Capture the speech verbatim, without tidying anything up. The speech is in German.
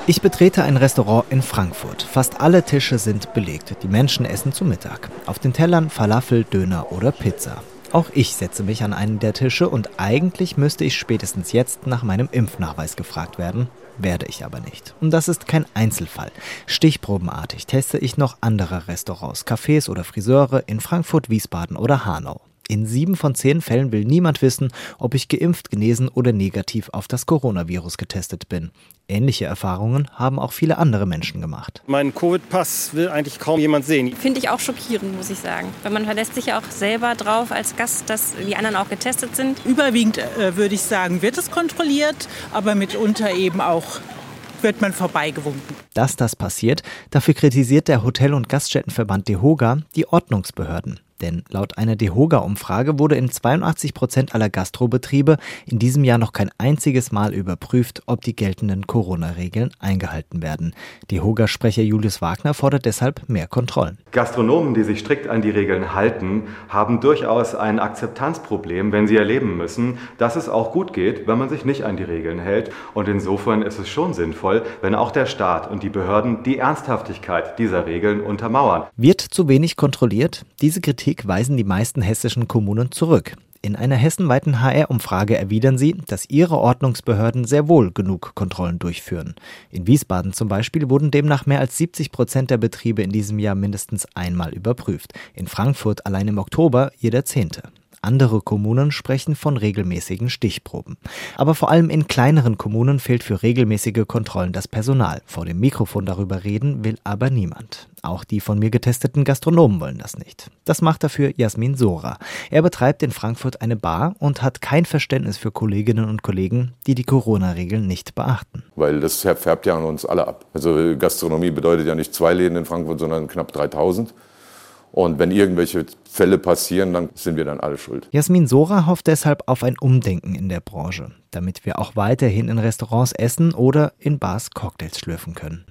Ich betrete ein Restaurant in Frankfurt. Fast alle Tische sind belegt. Die Menschen essen zu Mittag. Auf den Tellern Falafel, Döner oder Pizza. Auch ich setze mich an einen der Tische und eigentlich müsste ich spätestens jetzt nach meinem Impfnachweis gefragt werden. Werde ich aber nicht. Und das ist kein Einzelfall. Stichprobenartig teste ich noch andere Restaurants, Cafés oder Friseure in Frankfurt, Wiesbaden oder Hanau. In sieben von zehn Fällen will niemand wissen, ob ich geimpft, genesen oder negativ auf das Coronavirus getestet bin. Ähnliche Erfahrungen haben auch viele andere Menschen gemacht. Meinen Covid-Pass will eigentlich kaum jemand sehen. Finde ich auch schockierend, muss ich sagen. Weil man verlässt sich ja auch selber drauf als Gast, dass die anderen auch getestet sind. Überwiegend, äh, würde ich sagen, wird es kontrolliert, aber mitunter eben auch wird man vorbeigewunken. Dass das passiert, dafür kritisiert der Hotel- und Gaststättenverband DEHOGA die Ordnungsbehörden. Denn laut einer DEHOGA-Umfrage wurde in zweiundachtzig Prozent aller Gastrobetriebe in diesem Jahr noch kein einziges Mal überprüft, ob die geltenden Corona-Regeln eingehalten werden. DEHOGA-Sprecher Julius Wagner fordert deshalb mehr Kontrollen. Gastronomen, die sich strikt an die Regeln halten, haben durchaus ein Akzeptanzproblem, wenn sie erleben müssen, dass es auch gut geht, wenn man sich nicht an die Regeln hält. Und insofern ist es schon sinnvoll, wenn auch der Staat und die Behörden die Ernsthaftigkeit dieser Regeln untermauern. Wird zu wenig kontrolliert? Diese Kritik weisen die meisten hessischen Kommunen zurück. In einer hessenweiten H R-Umfrage erwidern sie, dass ihre Ordnungsbehörden sehr wohl genug Kontrollen durchführen. In Wiesbaden zum Beispiel wurden demnach mehr als siebzig Prozent der Betriebe in diesem Jahr mindestens einmal überprüft. In Frankfurt allein im Oktober jeder Zehnte. Andere Kommunen sprechen von regelmäßigen Stichproben. Aber vor allem in kleineren Kommunen fehlt für regelmäßige Kontrollen das Personal. Vor dem Mikrofon darüber reden will aber niemand. Auch die von mir getesteten Gastronomen wollen das nicht. Das macht dafür Jasmin Sora. Er betreibt in Frankfurt eine Bar und hat kein Verständnis für Kolleginnen und Kollegen, die die Corona-Regeln nicht beachten. Weil das färbt ja an uns alle ab. Also Gastronomie bedeutet ja nicht zwei Läden in Frankfurt, sondern knapp dreitausend. Und wenn irgendwelche Fälle passieren, dann sind wir dann alle schuld. Jasmin Sora hofft deshalb auf ein Umdenken in der Branche, damit wir auch weiterhin in Restaurants essen oder in Bars Cocktails schlürfen können.